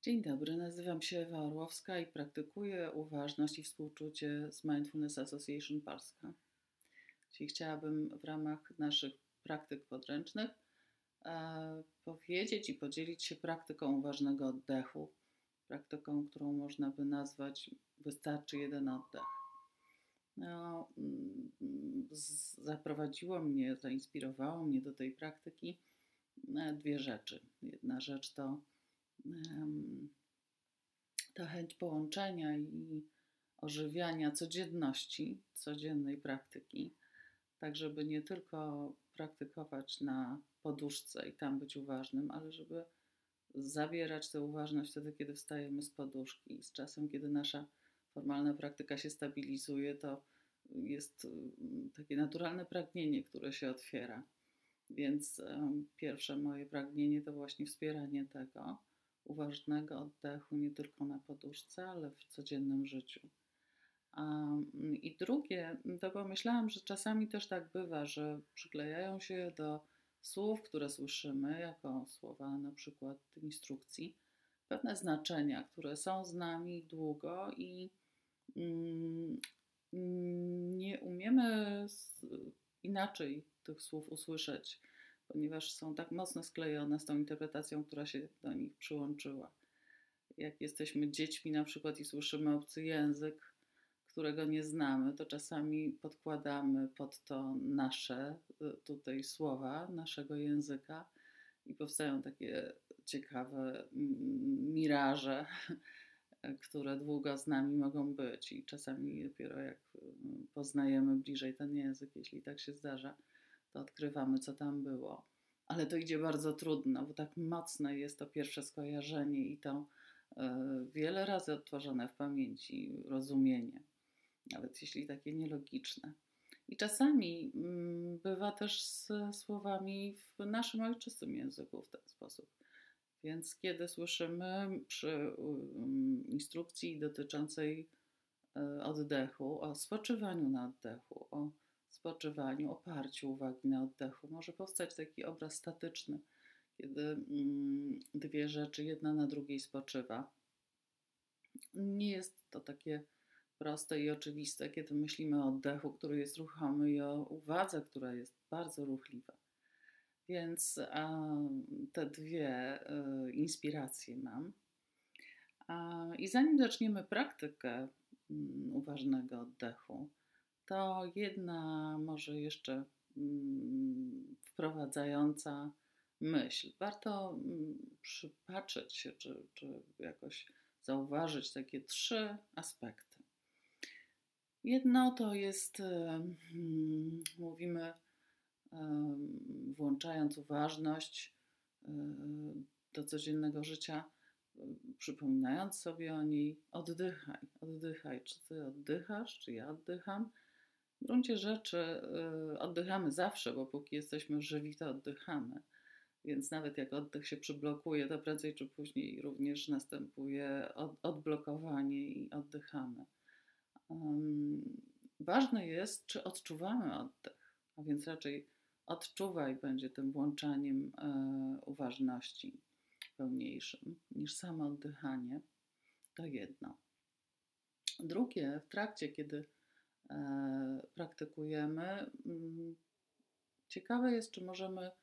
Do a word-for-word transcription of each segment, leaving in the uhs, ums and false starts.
Dzień dobry, nazywam się Ewa Orłowska i praktykuję uważność i współczucie z Mindfulness Association Polska. Dzisiaj chciałabym w ramach naszych praktyk podręcznych e, powiedzieć i podzielić się praktyką uważnego oddechu, praktyką, którą można by nazwać wystarczy jeden oddech. No, z, zaprowadziło mnie, zainspirowało mnie do tej praktyki e, dwie rzeczy. Jedna rzecz to ta chęć połączenia i ożywiania codzienności, codziennej praktyki, tak żeby nie tylko praktykować na poduszce i tam być uważnym, ale żeby zabierać tę uważność wtedy, kiedy wstajemy z poduszki. Z czasem, kiedy nasza formalna praktyka się stabilizuje, to jest takie naturalne pragnienie, które się otwiera. Więc um, pierwsze moje pragnienie to właśnie wspieranie tego uważnego oddechu nie tylko na poduszce, ale w codziennym życiu. Um, I drugie, to pomyślałam, że czasami też tak bywa, że przyklejają się do słów, które słyszymy, jako słowa na przykład instrukcji, pewne znaczenia, które są z nami długo i mm, nie umiemy inaczej tych słów usłyszeć, ponieważ są tak mocno sklejone z tą interpretacją, która się do nich przyłączyła. Jak jesteśmy dziećmi na przykład i słyszymy obcy język, którego nie znamy, to czasami podkładamy pod to nasze tutaj słowa, naszego języka i powstają takie ciekawe miraże, które długo z nami mogą być i czasami dopiero jak poznajemy bliżej ten język, jeśli tak się zdarza, to odkrywamy, co tam było. Ale to idzie bardzo trudno, bo tak mocne jest to pierwsze skojarzenie i to wiele razy odtworzone w pamięci rozumienie, nawet jeśli takie nielogiczne. I czasami bywa też z słowami w naszym ojczystym języku w ten sposób. Więc kiedy słyszymy przy instrukcji dotyczącej oddechu, o spoczywaniu na oddechu, o spoczywaniu, oparciu uwagi na oddechu, może powstać taki obraz statyczny, kiedy dwie rzeczy jedna na drugiej spoczywa. Nie jest to takie proste i oczywiste, kiedy myślimy o oddechu, który jest ruchomy i o uwadze, która jest bardzo ruchliwa. Więc a, te dwie y, inspiracje mam. A, I zanim zaczniemy praktykę y, uważnego oddechu, to jedna może jeszcze y, wprowadzająca myśl. Warto y, przypatrzeć się, czy, czy jakoś zauważyć takie trzy aspekty. Jedno to jest, y, mówimy, włączając uważność do codziennego życia, przypominając sobie o niej, oddychaj, oddychaj. Czy ty oddychasz, czy ja oddycham? W gruncie rzeczy oddychamy zawsze, bo póki jesteśmy żywi, to oddychamy. Więc nawet jak oddech się przyblokuje, to prędzej czy później również następuje odblokowanie i oddychamy. Ważne jest, czy odczuwamy oddech, a więc raczej odczuwaj będzie tym włączaniem e, uważności pełniejszym niż samo oddychanie. To jedno. Drugie, w trakcie, kiedy e, praktykujemy, m, ciekawe jest, czy możemy e,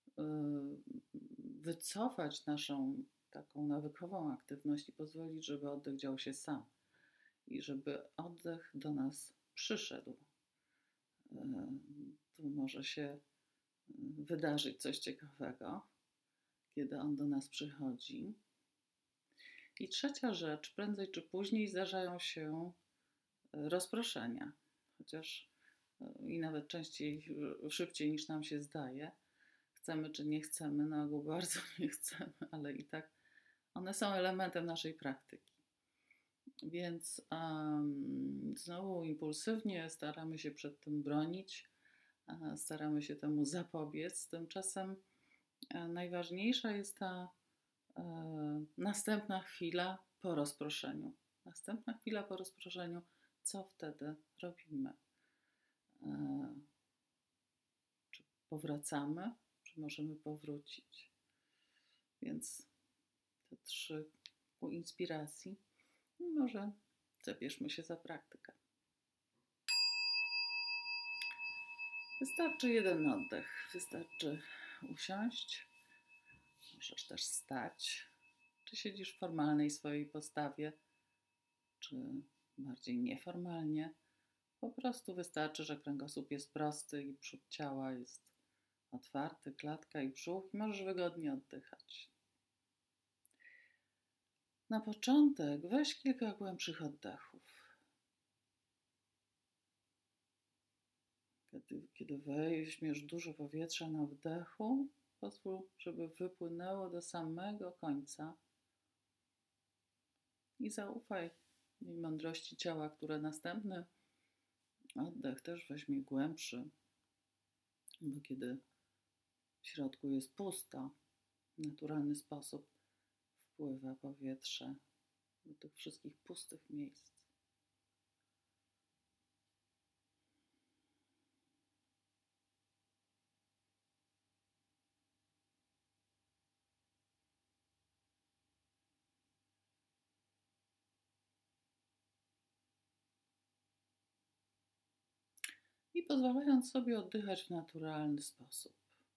wycofać naszą taką nawykową aktywność i pozwolić, żeby oddech dział się sam i żeby oddech do nas przyszedł. E, tu może się wydarzyć coś ciekawego, kiedy on do nas przychodzi. I trzecia rzecz, prędzej czy później zdarzają się rozproszenia, chociaż i nawet częściej, szybciej niż nam się zdaje. Chcemy czy nie chcemy, na ogół bardzo nie chcemy, ale i tak one są elementem naszej praktyki. Więc um, znowu impulsywnie staramy się przed tym bronić, staramy się temu zapobiec. Tymczasem najważniejsza jest ta e, następna chwila po rozproszeniu. Następna chwila po rozproszeniu, co wtedy robimy? E, czy powracamy, czy możemy powrócić? Więc te trzy u inspiracji. I może zabierzmy się za praktykę. Wystarczy jeden oddech, wystarczy usiąść, możesz też stać. Czy siedzisz w formalnej swojej postawie, czy bardziej nieformalnie. Po prostu wystarczy, że kręgosłup jest prosty i przód ciała jest otwarty, klatka i brzuch i możesz wygodnie oddychać. Na początek weź kilka głębszych oddechów. Kiedy, kiedy weźmiesz dużo powietrza na wdechu, pozwól, żeby wypłynęło do samego końca i zaufaj tej mądrości ciała, które następny oddech też weźmie głębszy, bo kiedy w środku jest pusto, w naturalny sposób wpływa powietrze do tych wszystkich pustych miejsc. I pozwalając sobie oddychać w naturalny sposób.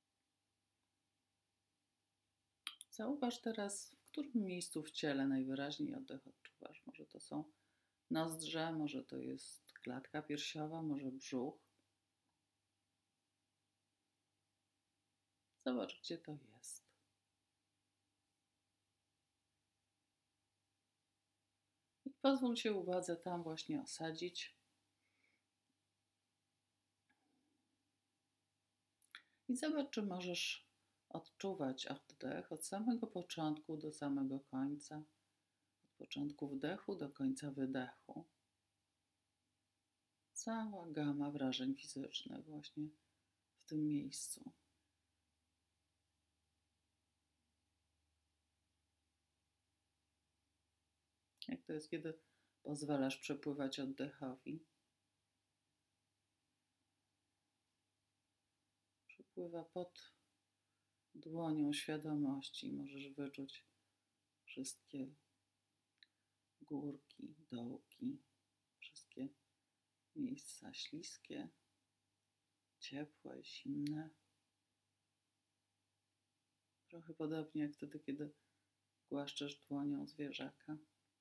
Zauważ teraz, w którym miejscu w ciele najwyraźniej oddech odczuwasz. Może to są nozdrza, może to jest klatka piersiowa, może brzuch. Zobacz, gdzie to jest. I pozwól się uwadze tam właśnie osadzić. I zobacz, czy możesz odczuwać oddech od samego początku do samego końca. Od początku wdechu do końca wydechu. Cała gama wrażeń fizycznych właśnie w tym miejscu. Jak to jest, kiedy pozwalasz przepływać oddechowi? Przepływa pod dłonią świadomości. Możesz wyczuć wszystkie górki, dołki, wszystkie miejsca śliskie, ciepłe, zimne. Trochę podobnie jak wtedy, kiedy głaszczesz dłonią zwierzaka.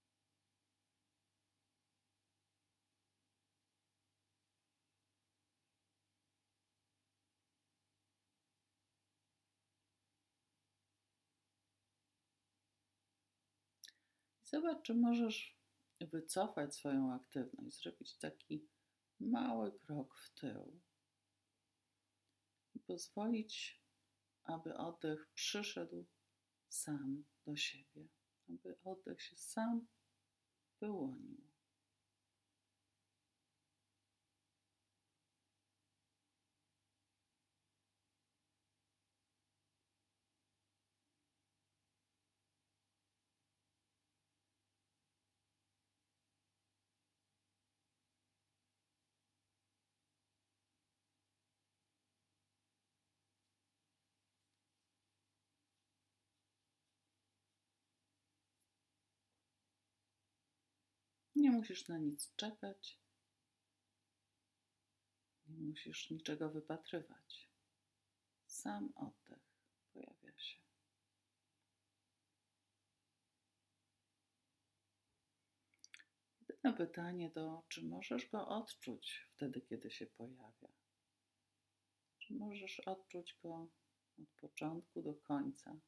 Zobacz, czy możesz wycofać swoją aktywność, zrobić taki mały krok w tył i pozwolić, aby oddech przyszedł sam do siebie, aby oddech się sam wyłonił. Nie musisz na nic czekać, nie musisz niczego wypatrywać. Sam oddech pojawia się. Jedyne pytanie to, czy możesz go odczuć wtedy, kiedy się pojawia? Czy możesz odczuć go od początku do końca?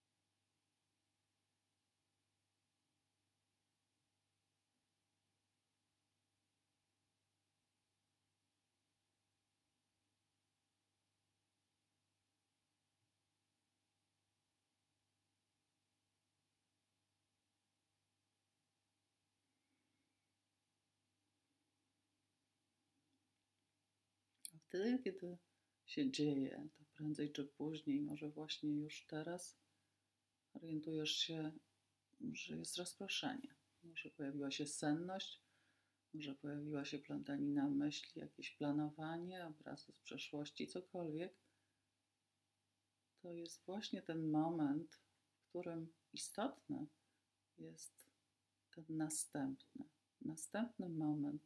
A wtedy, kiedy się dzieje, to prędzej czy później, może właśnie już teraz, orientujesz się, że jest rozproszenie. Może pojawiła się senność, może pojawiła się plątanina myśli, jakieś planowanie, obrazy z przeszłości, cokolwiek. To jest właśnie ten moment, w którym istotne jest ten następny, następny moment,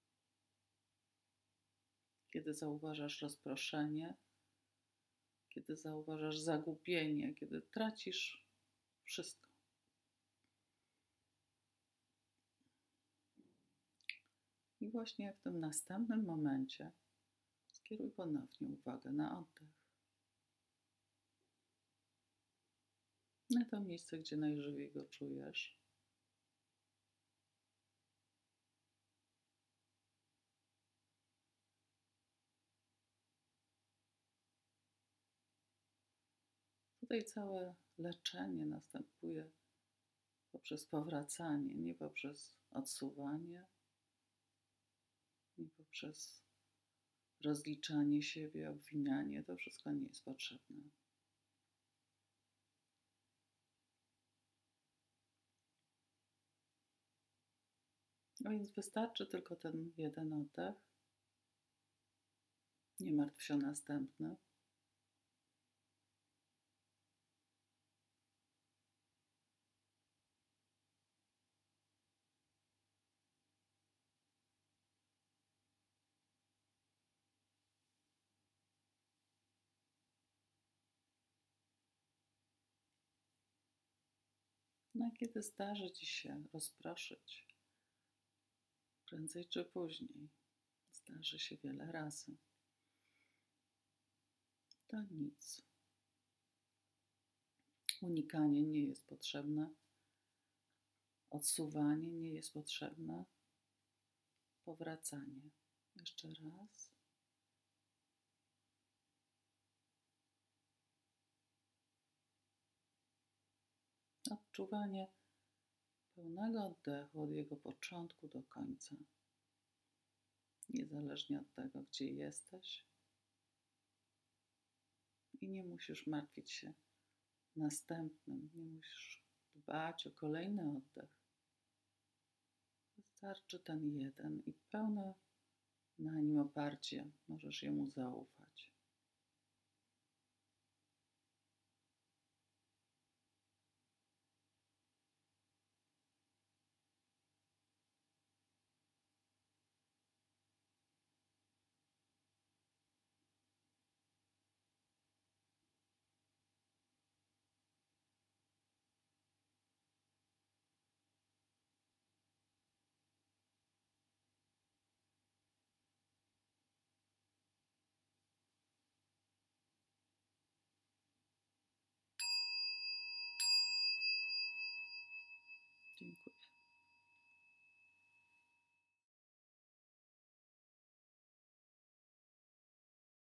kiedy zauważasz rozproszenie, kiedy zauważasz zagubienie, kiedy tracisz wszystko. I właśnie w tym następnym momencie skieruj ponownie uwagę na oddech. Na to miejsce, gdzie najżywiej go czujesz. Tutaj całe leczenie następuje poprzez powracanie, nie poprzez odsuwanie, nie poprzez rozliczanie siebie, obwinianie. To wszystko nie jest potrzebne. A więc wystarczy tylko ten jeden oddech. Nie martw się o następny. No a kiedy zdarzy Ci się rozproszyć, prędzej czy później, zdarzy się wiele razy, to nic. Unikanie nie jest potrzebne, odsuwanie nie jest potrzebne, powracanie. Jeszcze raz. Odczuwanie pełnego oddechu od jego początku do końca. Niezależnie od tego, gdzie jesteś. I nie musisz martwić się następnym, nie musisz dbać o kolejny oddech. Wystarczy ten jeden i pełne na nim oparcie możesz jemu zaufać. Dziękuję.